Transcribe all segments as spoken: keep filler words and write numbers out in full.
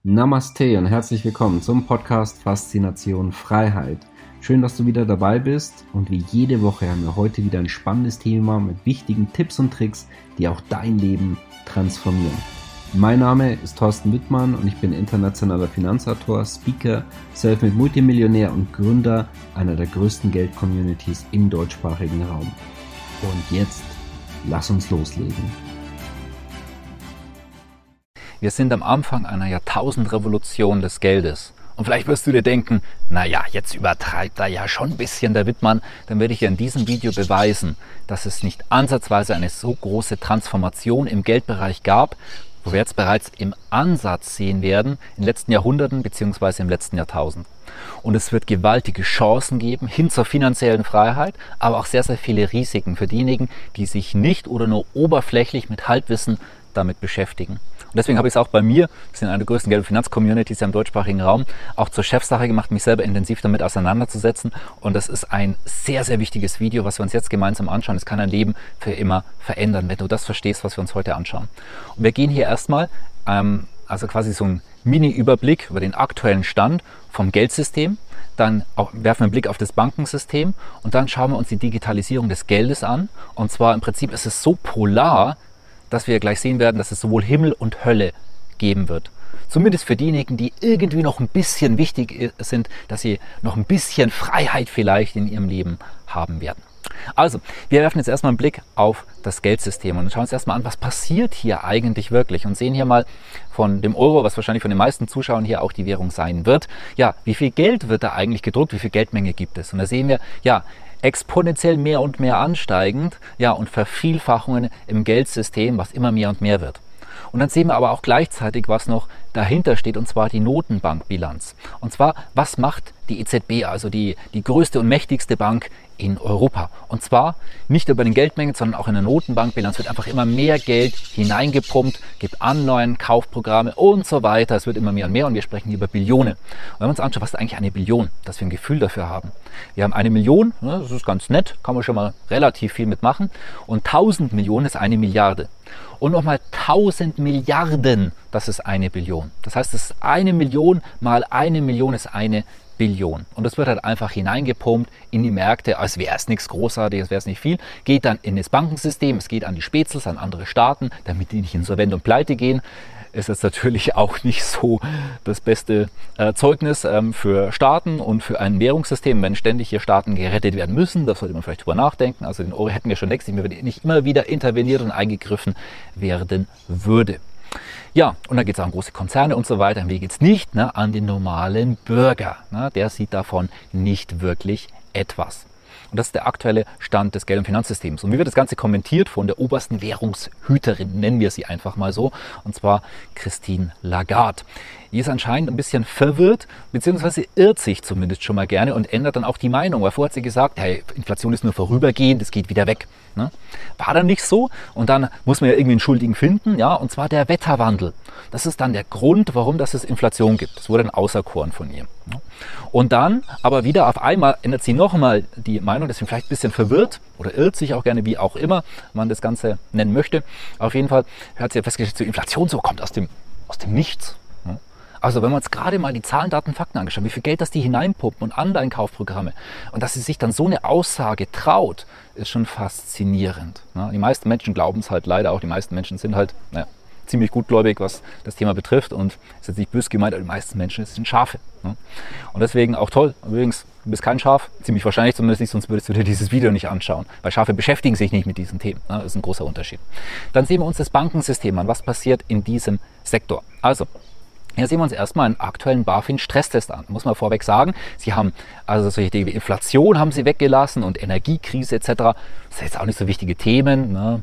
Namaste und herzlich willkommen zum Podcast Faszination Freiheit. Schön, dass du wieder dabei bist und wie jede Woche haben wir heute wieder ein spannendes Thema mit wichtigen Tipps und Tricks, die auch dein Leben transformieren. Mein Name ist Thorsten Wittmann und ich bin internationaler Finanzautor, Speaker, Selfmade Multimillionär und Gründer einer der größten Geld-Communities im deutschsprachigen Raum. Und jetzt lass uns loslegen. Wir sind am Anfang einer Jahrtausendrevolution des Geldes. Und vielleicht wirst du dir denken, naja, jetzt übertreibt er ja schon ein bisschen der Wittmann. Dann werde ich dir in diesem Video beweisen, dass es nicht ansatzweise eine so große Transformation im Geldbereich gab, wo wir jetzt bereits im Ansatz sehen werden, in den letzten Jahrhunderten bzw. im letzten Jahrtausend. Und es wird gewaltige Chancen geben hin zur finanziellen Freiheit, aber auch sehr, sehr viele Risiken für diejenigen, die sich nicht oder nur oberflächlich mit Halbwissen damit beschäftigen. Und deswegen habe ich es auch bei mir, wir sind eine der größten Geld- und Finanzcommunities im deutschsprachigen Raum, auch zur Chefsache gemacht, mich selber intensiv damit auseinanderzusetzen. Und das ist ein sehr, sehr wichtiges Video, was wir uns jetzt gemeinsam anschauen. Es kann dein Leben für immer verändern, wenn du das verstehst, was wir uns heute anschauen. Und wir gehen hier erstmal, ähm, also quasi so einen Mini-Überblick über den aktuellen Stand vom Geldsystem. Dann auch werfen wir einen Blick auf das Bankensystem und dann schauen wir uns die Digitalisierung des Geldes an. Und zwar im Prinzip ist es so polar, dass wir gleich sehen werden, dass es sowohl Himmel und Hölle geben wird. Zumindest für diejenigen, die irgendwie noch ein bisschen wichtig sind, dass sie noch ein bisschen Freiheit vielleicht in ihrem Leben haben werden. Also, wir werfen jetzt erstmal einen Blick auf das Geldsystem und schauen uns erstmal an, was passiert hier eigentlich wirklich und sehen hier mal von dem Euro, was wahrscheinlich von den meisten Zuschauern hier auch die Währung sein wird, ja, wie viel Geld wird da eigentlich gedruckt, wie viel Geldmenge gibt es? Und da sehen wir, ja, exponentiell mehr und mehr ansteigend, ja, und Vervielfachungen im Geldsystem, was immer mehr und mehr wird. Und dann sehen wir aber auch gleichzeitig, was noch dahinter steht, und zwar die Notenbankbilanz. Und zwar, was macht die E Z B, also die, die größte und mächtigste Bank in Europa? Und zwar nicht nur bei den Geldmengen, sondern auch in der Notenbankbilanz wird einfach immer mehr Geld hineingepumpt, gibt Anleihen, Kaufprogramme und so weiter. Es wird immer mehr und mehr und wir sprechen hier über Billionen. Und wenn wir uns anschauen, was ist eigentlich eine Billion, dass wir ein Gefühl dafür haben. Wir haben eine Million, das ist ganz nett, kann man schon mal relativ viel mitmachen. Und tausend Millionen ist eine Milliarde. Und nochmal tausend Milliarden, das ist eine Billion. Das heißt, das ist eine Million mal eine Million ist eine Billion. Und das wird halt einfach hineingepumpt in die Märkte, als wäre es nichts Großartiges, als wäre es nicht viel. Geht dann in das Bankensystem, es geht an die Spezels, an andere Staaten, damit die nicht insolvent und pleite gehen. Ist jetzt natürlich auch nicht so das beste äh, Zeugnis ähm, für Staaten und für ein Währungssystem, wenn ständig hier Staaten gerettet werden müssen. Da sollte man vielleicht drüber nachdenken. Also den Euro hätten wir schon längst nicht mehr, wenn nicht immer wieder interveniert und eingegriffen werden würde. Ja, und dann geht es auch an große Konzerne und so weiter. Und wie geht es nicht? Ne, an den normalen Bürger. Ne, der sieht davon nicht wirklich etwas. Und das ist der aktuelle Stand des Geld- und Finanzsystems. Und wie wird das Ganze kommentiert von der obersten Währungshüterin, nennen wir sie einfach mal so, und zwar Christine Lagarde. Die ist anscheinend ein bisschen verwirrt, beziehungsweise irrt sich zumindest schon mal gerne und ändert dann auch die Meinung. Weil vorher hat sie gesagt, hey, Inflation ist nur vorübergehend, es geht wieder weg. Ne? War dann nicht so und dann muss man ja irgendwie einen Schuldigen finden, ja, und zwar der Wetterwandel. Das ist dann der Grund, warum das es Inflation gibt. Das wurde dann auserkoren von ihr. Ne? Und dann aber wieder auf einmal ändert sie nochmal die Meinung, deswegen vielleicht ein bisschen verwirrt oder irrt sich auch gerne, wie auch immer man das Ganze nennen möchte. Auf jeden Fall hat sie ja festgestellt, die Inflation so kommt aus dem, aus dem Nichts. Ne? Also wenn wir uns gerade mal die Zahlen, Daten, Fakten angeschaut, wie viel Geld das die hineinpumpen und Anleihenkaufprogramme und dass sie sich dann so eine Aussage traut, ist schon faszinierend. Ne? Die meisten Menschen glauben es halt leider auch, die meisten Menschen sind halt, naja, ziemlich gutgläubig, was das Thema betrifft und ist jetzt nicht böse gemeint, aber die meisten Menschen sind Schafe. Ne? Und deswegen auch toll, übrigens, du bist kein Schaf, ziemlich wahrscheinlich zumindest nicht, sonst würdest du dir dieses Video nicht anschauen, weil Schafe beschäftigen sich nicht mit diesen Themen, ne? Das ist ein großer Unterschied. Dann sehen wir uns das Bankensystem an, was passiert in diesem Sektor. Also, hier sehen wir uns erstmal einen aktuellen BaFin-Stresstest an. Muss man vorweg sagen, sie haben also solche Dinge wie Inflation haben sie weggelassen und Energiekrise et cetera. Das sind jetzt auch nicht so wichtige Themen. Ne?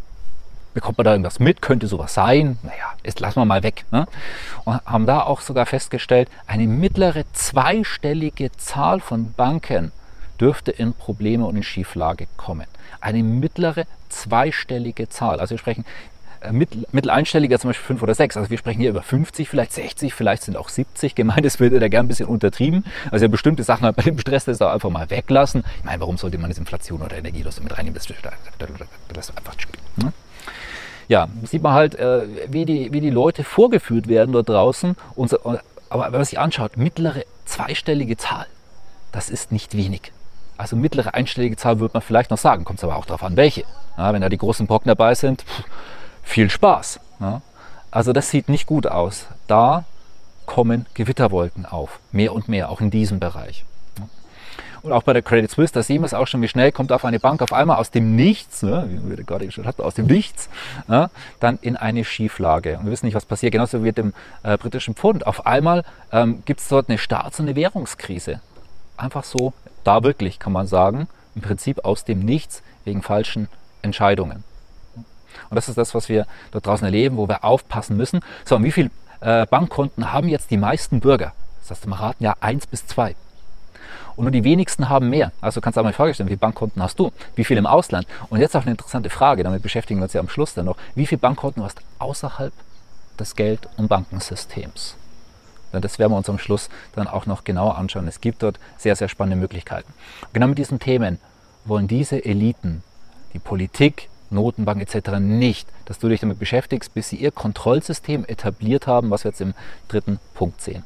Bekommt man da irgendwas mit? Könnte sowas sein? Naja, jetzt lassen wir mal weg. Ne? Und haben da auch sogar festgestellt, eine mittlere zweistellige Zahl von Banken dürfte in Probleme und in Schieflage kommen. Eine mittlere zweistellige Zahl. Also wir sprechen mitteleinstelliger, zum Beispiel fünf oder sechs. Also wir sprechen hier über fünfzig, vielleicht sechzig, vielleicht sind auch siebzig gemeint. Das wird ja gern ein bisschen untertrieben. Also ja, bestimmte Sachen halt bei dem Stress das auch einfach mal weglassen. Ich meine, warum sollte man das Inflation oder Energielose mit reinnehmen? Das, das, das, das ist einfach. Ne? ja, sieht man halt, äh, wie, die, wie die Leute vorgeführt werden dort draußen. Und so, aber wenn man sich anschaut, mittlere zweistellige Zahl, das ist nicht wenig. Also mittlere einstellige Zahl würde man vielleicht noch sagen, kommt es aber auch darauf an, welche. Ja, wenn da die großen Brocken dabei sind, pff, viel Spaß. Ja. Also das sieht nicht gut aus. Da kommen Gewitterwolken auf, mehr und mehr, auch in diesem Bereich. Und auch bei der Credit Suisse, da sehen wir es auch schon, wie schnell kommt auf eine Bank auf einmal aus dem Nichts, ne, wie wir gerade schon hatten, aus dem Nichts, ja, dann in eine Schieflage. Und wir wissen nicht, was passiert, genauso wie mit dem äh, britischen Pfund. Auf einmal ähm, gibt es dort eine Staats- und eine Währungskrise. Einfach so, da wirklich, kann man sagen, im Prinzip aus dem Nichts wegen falschen Entscheidungen. Und das ist das, was wir dort draußen erleben, wo wir aufpassen müssen. So, und wie viele äh, Bankkonten haben jetzt die meisten Bürger? Das heißt, wir raten ja eins bis zwei. Und nur die wenigsten haben mehr. Also kannst du auch mal die Frage stellen, wie viele Bankkonten hast du? Wie viel im Ausland? Und jetzt auch eine interessante Frage, damit beschäftigen wir uns ja am Schluss dann noch. Wie viele Bankkonten hast du außerhalb des Geld- und Bankensystems? Denn das werden wir uns am Schluss dann auch noch genauer anschauen. Es gibt dort sehr, sehr spannende Möglichkeiten. Und genau mit diesen Themen wollen diese Eliten, die Politik, Notenbank et cetera nicht, dass du dich damit beschäftigst, bis sie ihr Kontrollsystem etabliert haben, was wir jetzt im dritten Punkt sehen.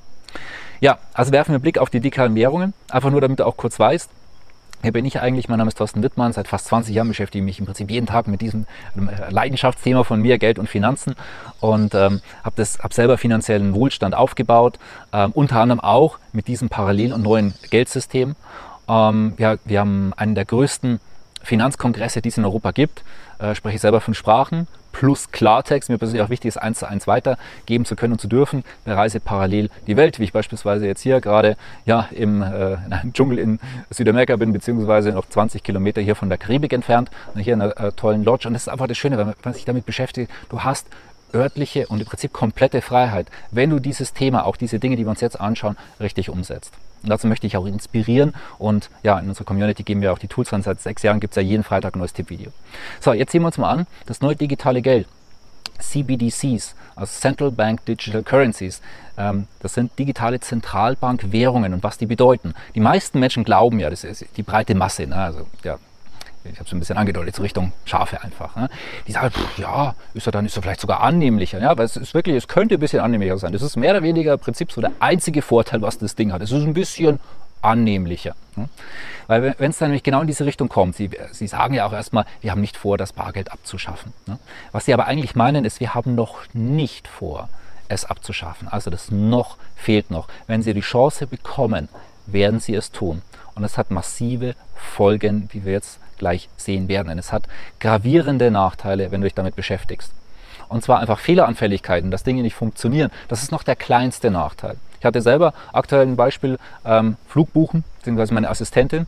Ja, also werfen wir einen Blick auf die digitalen Währungen, einfach nur damit du auch kurz weißt, hier bin ich eigentlich, mein Name ist Thorsten Wittmann, seit fast zwanzig Jahren beschäftige ich mich im Prinzip jeden Tag mit diesem Leidenschaftsthema von mir, Geld und Finanzen, und ähm, habe hab selber finanziellen Wohlstand aufgebaut, ähm, unter anderem auch mit diesem parallelen und neuen Geldsystem. Ähm, ja, wir haben einen der größten Finanzkongresse, die es in Europa gibt, äh, spreche ich selber fünf Sprachen, plus Klartext, mir persönlich auch wichtig ist, eins zu eins weitergeben zu können und zu dürfen, bereise parallel die Welt, wie ich beispielsweise jetzt hier gerade ja, im, äh, in einem Dschungel in Südamerika bin, beziehungsweise noch zwanzig Kilometer hier von der Karibik entfernt, hier in einer äh, tollen Lodge. Und das ist einfach das Schöne, wenn man, wenn man sich damit beschäftigt, du hast örtliche und im Prinzip komplette Freiheit, wenn du dieses Thema, auch diese Dinge, die wir uns jetzt anschauen, richtig umsetzt. Und dazu möchte ich auch inspirieren, und ja, in unserer Community geben wir auch die Tools an. Seit sechs Jahren gibt es ja jeden Freitag ein neues Tippvideo. So, jetzt sehen wir uns mal an, das neue digitale Geld, C B D Cs, also Central Bank Digital Currencies, ähm, das sind digitale Zentralbankwährungen und was die bedeuten. Die meisten Menschen glauben ja, das ist die breite Masse, ne? Also ja, ich habe es ein bisschen angedeutet, so Richtung Schafe einfach. Ne? Die sagen, pff, ja, ist er dann ist er vielleicht sogar annehmlicher. Ja, aber es ist wirklich, es könnte ein bisschen annehmlicher sein. Das ist mehr oder weniger im Prinzip so der einzige Vorteil, was das Ding hat. Es ist ein bisschen annehmlicher. Ne? Weil wenn es dann nämlich genau in diese Richtung kommt, Sie, Sie sagen ja auch erstmal, wir haben nicht vor, das Bargeld abzuschaffen. Ne? Was Sie aber eigentlich meinen ist, wir haben noch nicht vor, es abzuschaffen. Also das noch fehlt noch. Wenn Sie die Chance bekommen, werden Sie es tun. Und es hat massive Folgen, wie wir jetzt gleich sehen werden. Denn es hat gravierende Nachteile, wenn du dich damit beschäftigst. Und zwar einfach Fehleranfälligkeiten, dass Dinge nicht funktionieren. Das ist noch der kleinste Nachteil. Ich hatte selber aktuell ein Beispiel, ähm, Flugbuchen, beziehungsweise meine Assistentin.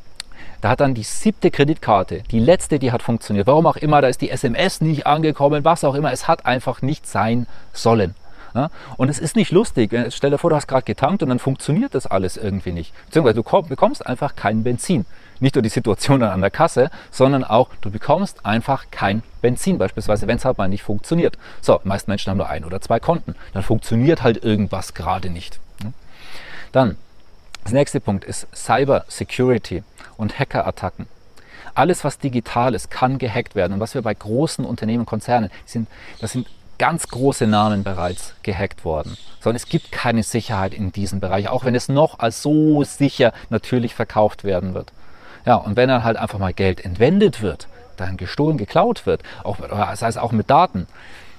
Da hat dann die siebte Kreditkarte, die letzte, die hat funktioniert. Warum auch immer, da ist die S M S nicht angekommen, was auch immer. Es hat einfach nicht sein sollen. Ja? Und es ist nicht lustig. Stell dir vor, du hast gerade getankt und dann funktioniert das alles irgendwie nicht. Beziehungsweise du bekommst einfach kein Benzin. Nicht nur die Situation an der Kasse, sondern auch, du bekommst einfach kein Benzin, beispielsweise, wenn es halt mal nicht funktioniert. So, die meisten Menschen haben nur ein oder zwei Konten. Dann funktioniert halt irgendwas gerade nicht. Dann, das nächste Punkt ist Cyber Security und Hackerattacken. Alles, was digital ist, kann gehackt werden. Und was wir bei großen Unternehmen, Konzernen, sind, das sind ganz große Namen bereits gehackt worden. Sondern es gibt keine Sicherheit in diesem Bereich, auch wenn es noch als so sicher natürlich verkauft werden wird. Ja, und wenn dann halt einfach mal Geld entwendet wird, dann gestohlen, geklaut wird, auch, das heißt auch mit Daten,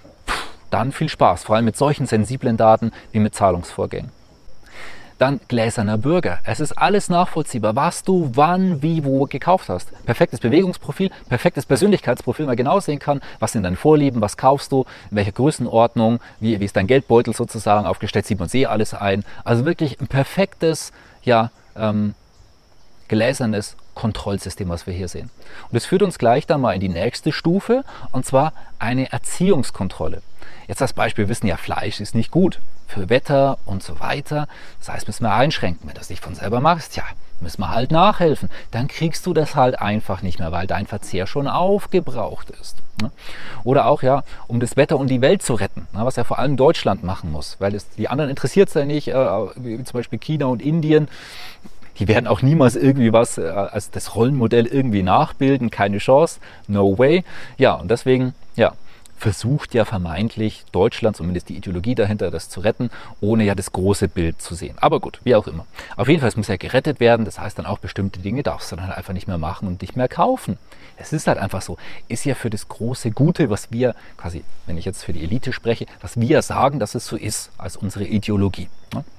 dann viel Spaß, vor allem mit solchen sensiblen Daten wie mit Zahlungsvorgängen. Dann gläserner Bürger. Es ist alles nachvollziehbar, was du wann, wie, wo gekauft hast. Perfektes Bewegungsprofil, perfektes Persönlichkeitsprofil, man genau sehen kann, was sind deine Vorlieben, was kaufst du, in welcher Größenordnung, wie, wie ist dein Geldbeutel sozusagen aufgestellt, sieht man eh alles ein. Also wirklich ein perfektes, ja, ähm, gläsernes Kontrollsystem, was wir hier sehen. Und das führt uns gleich dann mal in die nächste Stufe, und zwar eine Erziehungskontrolle. Jetzt als Beispiel, wir wissen ja, Fleisch ist nicht gut für Wetter und so weiter. Das heißt, müssen wir einschränken. Wenn du das nicht von selber machst, ja, müssen wir halt nachhelfen. Dann kriegst du das halt einfach nicht mehr, weil dein Verzehr schon aufgebraucht ist. Oder auch, ja, um das Wetter und die Welt zu retten, was ja vor allem Deutschland machen muss, weil es, die anderen interessiert es ja nicht, wie zum Beispiel China und Indien. Die werden auch niemals irgendwie was äh, als das Rollenmodell irgendwie nachbilden, keine Chance, no way. Ja, und deswegen, ja, versucht ja vermeintlich Deutschland, zumindest die Ideologie dahinter, das zu retten, ohne ja das große Bild zu sehen. Aber gut, wie auch immer. Auf jeden Fall, es muss ja gerettet werden. Das heißt dann auch, bestimmte Dinge darfst du dann einfach nicht mehr machen und nicht mehr kaufen. Es ist halt einfach so. Ist ja für das große Gute, was wir quasi, wenn ich jetzt für die Elite spreche, was wir sagen, dass es so ist, als unsere Ideologie.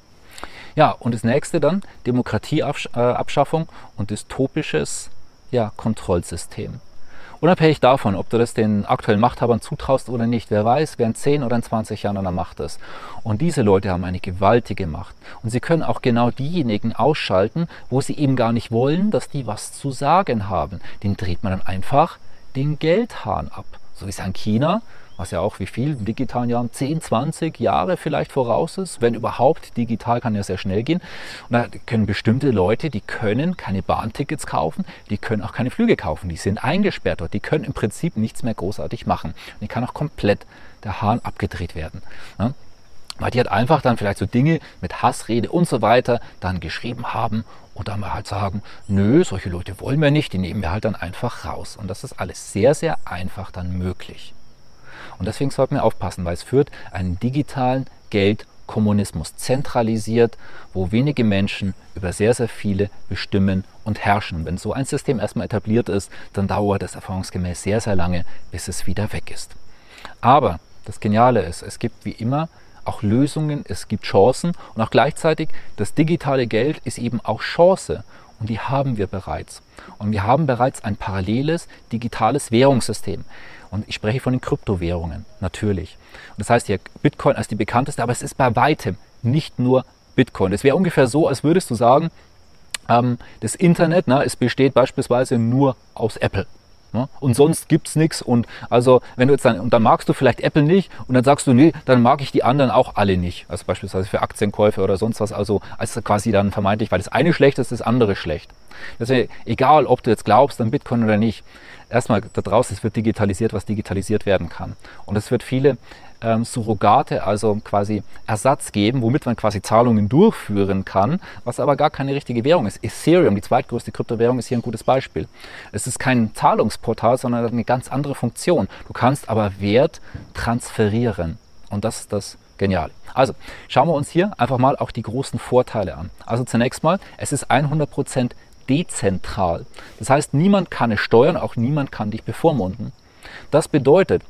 Ja, und das nächste dann, Demokratieabschaffung und dystopisches ja, Kontrollsystem. Unabhängig davon, ob du das den aktuellen Machthabern zutraust oder nicht, wer weiß, wer in zehn oder in zwanzig Jahren an der Macht ist. Und diese Leute haben eine gewaltige Macht. Und sie können auch genau diejenigen ausschalten, wo sie eben gar nicht wollen, dass die was zu sagen haben. Den dreht man dann einfach den Geldhahn ab. So wie es in China, was ja auch wie viel in digitalen Jahren, zehn, zwanzig Jahre vielleicht voraus ist, wenn überhaupt, digital kann ja sehr schnell gehen. Und da können bestimmte Leute, die können keine Bahntickets kaufen, die können auch keine Flüge kaufen, die sind eingesperrt dort, die können im Prinzip nichts mehr großartig machen. Und die kann auch komplett der Hahn abgedreht werden. Ja? Weil die halt einfach dann vielleicht so Dinge mit Hassrede und so weiter dann geschrieben haben und dann mal halt sagen, nö, solche Leute wollen wir nicht, die nehmen wir halt dann einfach raus. Und das ist alles sehr, sehr einfach dann möglich. Und deswegen sollten wir aufpassen, weil es führt einen digitalen Geldkommunismus zentralisiert, wo wenige Menschen über sehr, sehr viele bestimmen und herrschen. Und wenn so ein System erstmal etabliert ist, dann dauert es erfahrungsgemäß sehr, sehr lange, bis es wieder weg ist. Aber das Geniale ist, es gibt wie immer auch Lösungen, es gibt Chancen und auch gleichzeitig das digitale Geld ist eben auch Chance. Und die haben wir bereits. Und wir haben bereits ein paralleles digitales Währungssystem. Und ich spreche von den Kryptowährungen, natürlich. Und das heißt hier Bitcoin als die bekannteste, aber es ist bei weitem nicht nur Bitcoin. Es wäre ungefähr so, als würdest du sagen, ähm, das Internet, na, es besteht beispielsweise nur aus Apple. Ne? Und sonst gibt es nichts. Und also, wenn du jetzt dann, und dann magst du vielleicht Apple nicht und dann sagst du, nee, dann mag ich die anderen auch alle nicht. Also beispielsweise für Aktienkäufe oder sonst was. Also als quasi dann vermeintlich, weil das eine schlecht ist, das andere schlecht. Deswegen, egal, ob du jetzt glaubst an Bitcoin oder nicht, erstmal da draußen, es wird digitalisiert, was digitalisiert werden kann. Und es wird viele ähm, Surrogate, also quasi Ersatz geben, womit man quasi Zahlungen durchführen kann, was aber gar keine richtige Währung ist. Ethereum, die zweitgrößte Kryptowährung, ist hier ein gutes Beispiel. Es ist kein Zahlungsportal, sondern hat eine ganz andere Funktion. Du kannst aber Wert transferieren. Und das ist das Geniale. Also, schauen wir uns hier einfach mal auch die großen Vorteile an. Also zunächst mal, es ist hundert Prozent dezentral. Das heißt, niemand kann es steuern, auch niemand kann dich bevormunden. Das bedeutet,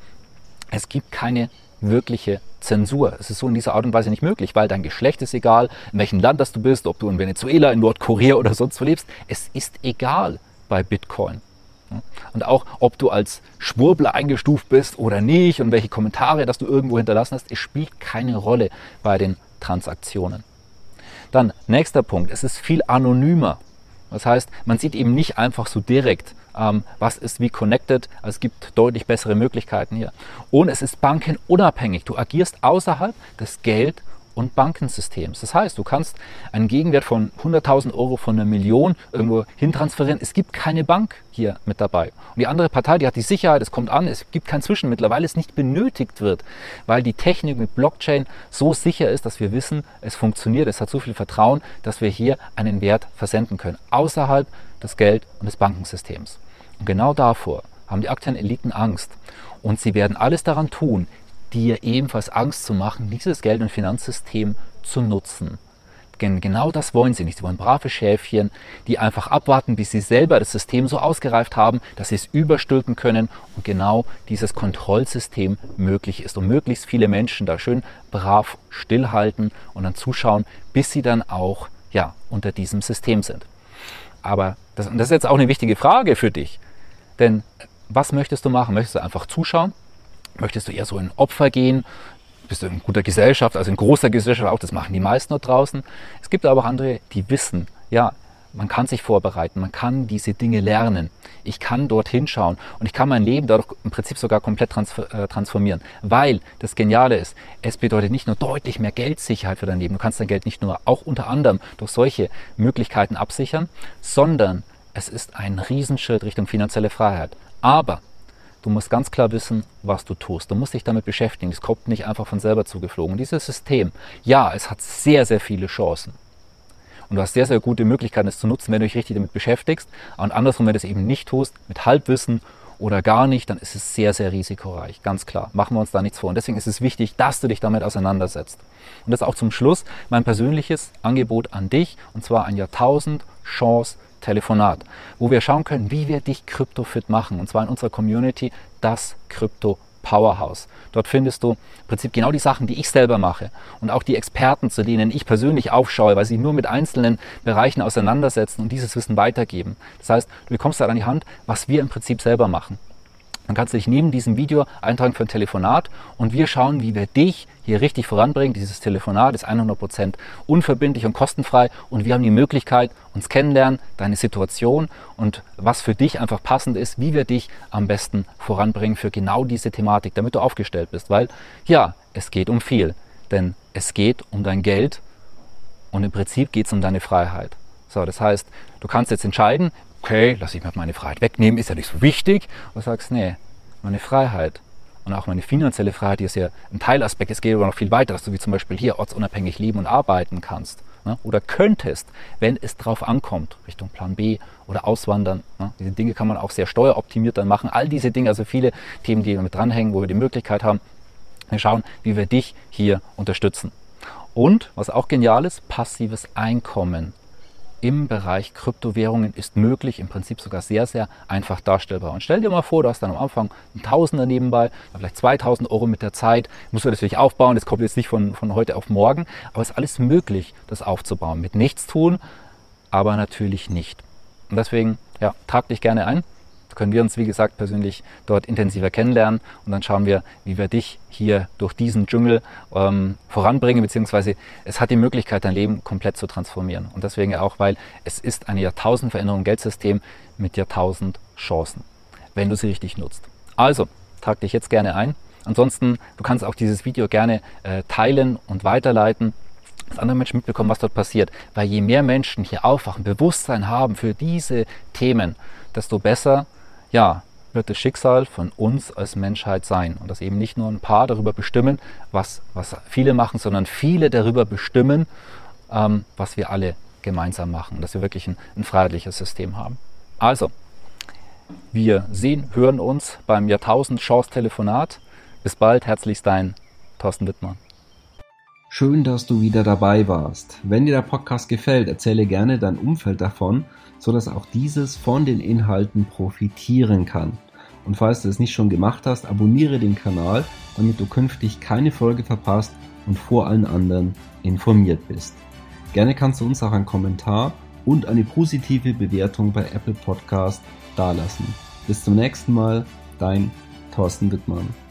es gibt keine wirkliche Zensur. Es ist so in dieser Art und Weise nicht möglich, weil dein Geschlecht ist egal, in welchem Land das du bist, ob du in Venezuela, in Nordkorea oder sonst wo lebst. Es ist egal bei Bitcoin. Und auch, ob du als Schwurbler eingestuft bist oder nicht und welche Kommentare, dass du irgendwo hinterlassen hast, es spielt keine Rolle bei den Transaktionen. Dann, nächster Punkt, es ist viel anonymer. Das heißt, man sieht eben nicht einfach so direkt, ähm, was ist wie connected. Also es gibt deutlich bessere Möglichkeiten hier. Und es ist bankenunabhängig. Du agierst außerhalb des Geld- und Bankensystems. Das heißt, du kannst einen Gegenwert von hunderttausend Euro von einer Million irgendwo hintransferieren. Es gibt keine Bank hier mit dabei. Und die andere Partei, die hat die Sicherheit, es kommt an, es gibt kein Zwischenmittel, weil es nicht benötigt wird, weil die Technik mit Blockchain so sicher ist, dass wir wissen, es funktioniert, es hat so viel Vertrauen, dass wir hier einen Wert versenden können, außerhalb des Geld- und des Bankensystems. Und genau davor haben die aktuellen Eliten Angst. Und sie werden alles daran tun, dir ebenfalls Angst zu machen, dieses Geld- und Finanzsystem zu nutzen. Denn genau das wollen sie nicht. Sie wollen brave Schäfchen, die einfach abwarten, bis sie selber das System so ausgereift haben, dass sie es überstülpen können und genau dieses Kontrollsystem möglich ist. Und möglichst viele Menschen da schön brav stillhalten und dann zuschauen, bis sie dann auch ja, unter diesem System sind. Aber das, und das ist jetzt auch eine wichtige Frage für dich. Denn was möchtest du machen? Möchtest du einfach zuschauen? Möchtest du eher so in Opfer gehen? Bist du in guter Gesellschaft, also in großer Gesellschaft auch, das machen die meisten dort draußen. Es gibt aber auch andere, die wissen, ja, man kann sich vorbereiten, man kann diese Dinge lernen. Ich kann dort hinschauen und ich kann mein Leben dadurch im Prinzip sogar komplett transformieren. Weil das Geniale ist, es bedeutet nicht nur deutlich mehr Geldsicherheit für dein Leben, du kannst dein Geld nicht nur auch unter anderem durch solche Möglichkeiten absichern, sondern es ist ein Riesenschritt Richtung finanzielle Freiheit. Aber du musst ganz klar wissen, was du tust. Du musst dich damit beschäftigen. Es kommt nicht einfach von selber zugeflogen. Und dieses System, ja, es hat sehr, sehr viele Chancen. Und du hast sehr, sehr gute Möglichkeiten, es zu nutzen, wenn du dich richtig damit beschäftigst. Und andersrum, wenn du es eben nicht tust, mit Halbwissen oder gar nicht, dann ist es sehr, sehr risikoreich. Ganz klar, machen wir uns da nichts vor. Und deswegen ist es wichtig, dass du dich damit auseinandersetzt. Und das auch zum Schluss mein persönliches Angebot an dich, und zwar ein Jahrtausend-Chance-Telefonat, wo wir schauen können, wie wir dich kryptofit machen. Und zwar in unserer Community, das Krypto Powerhouse. Dort findest du im Prinzip genau die Sachen, die ich selber mache und auch die Experten, zu denen ich persönlich aufschaue, weil sie nur mit einzelnen Bereichen auseinandersetzen und dieses Wissen weitergeben. Das heißt, du bekommst halt an die Hand, was wir im Prinzip selber machen. Dann kannst du dich neben diesem Video eintragen für ein Telefonat und wir schauen, wie wir dich hier richtig voranbringen. Dieses Telefonat ist hundert Prozent unverbindlich und kostenfrei und wir haben die Möglichkeit, uns kennenlernen, deine Situation und was für dich einfach passend ist, wie wir dich am besten voranbringen für genau diese Thematik, damit du aufgestellt bist. Weil ja, es geht um viel, denn es geht um dein Geld und im Prinzip geht es um deine Freiheit. So, das heißt, du kannst jetzt entscheiden, okay, lass ich mir meine Freiheit wegnehmen, ist ja nicht so wichtig. Und du sagst, nee, meine Freiheit und auch meine finanzielle Freiheit, die ist ja ein Teilaspekt, es geht aber noch viel weiter, dass du wie zum Beispiel hier ortsunabhängig leben und arbeiten kannst. Ne? Oder könntest, wenn es drauf ankommt, Richtung Plan B oder Auswandern. Ne? Diese Dinge kann man auch sehr steueroptimiert dann machen. All diese Dinge, also viele Themen, die mit dranhängen, wo wir die Möglichkeit haben, wir schauen, wie wir dich hier unterstützen. Und, was auch genial ist, passives Einkommen im Bereich Kryptowährungen ist möglich, im Prinzip sogar sehr, sehr einfach darstellbar. Und stell dir mal vor, du hast dann am Anfang einen Tausender nebenbei, vielleicht zweitausend Euro mit der Zeit, musst du das natürlich aufbauen, das kommt jetzt nicht von, von heute auf morgen, aber es ist alles möglich, das aufzubauen. Mit nichts tun, aber natürlich nicht. Und deswegen, ja, trag dich gerne ein. Können wir uns, wie gesagt, persönlich dort intensiver kennenlernen und dann schauen wir, wie wir dich hier durch diesen Dschungel ähm, voranbringen, beziehungsweise es hat die Möglichkeit, dein Leben komplett zu transformieren. Und deswegen auch, weil es ist eine Jahrtausendveränderung im Geldsystem mit Jahrtausend Chancen, wenn du sie richtig nutzt. Also, trag dich jetzt gerne ein. Ansonsten, du kannst auch dieses Video gerne äh, teilen und weiterleiten, dass andere Menschen mitbekommen, was dort passiert. Weil je mehr Menschen hier aufwachen, Bewusstsein haben für diese Themen, desto besser ja, wird das Schicksal von uns als Menschheit sein. Und dass eben nicht nur ein paar darüber bestimmen, was, was viele machen, sondern viele darüber bestimmen, ähm, was wir alle gemeinsam machen. Und dass wir wirklich ein, ein freiheitliches System haben. Also, wir sehen, hören uns beim Jahrtausend-Chance-Telefonat. Bis bald, herzlichst dein Thorsten Wittmann. Schön, dass du wieder dabei warst. Wenn dir der Podcast gefällt, erzähle gerne dein Umfeld davon, sodass auch dieses von den Inhalten profitieren kann. Und falls du es nicht schon gemacht hast, abonniere den Kanal, damit du künftig keine Folge verpasst und vor allen anderen informiert bist. Gerne kannst du uns auch einen Kommentar und eine positive Bewertung bei Apple Podcast dalassen. Bis zum nächsten Mal, dein Thorsten Wittmann.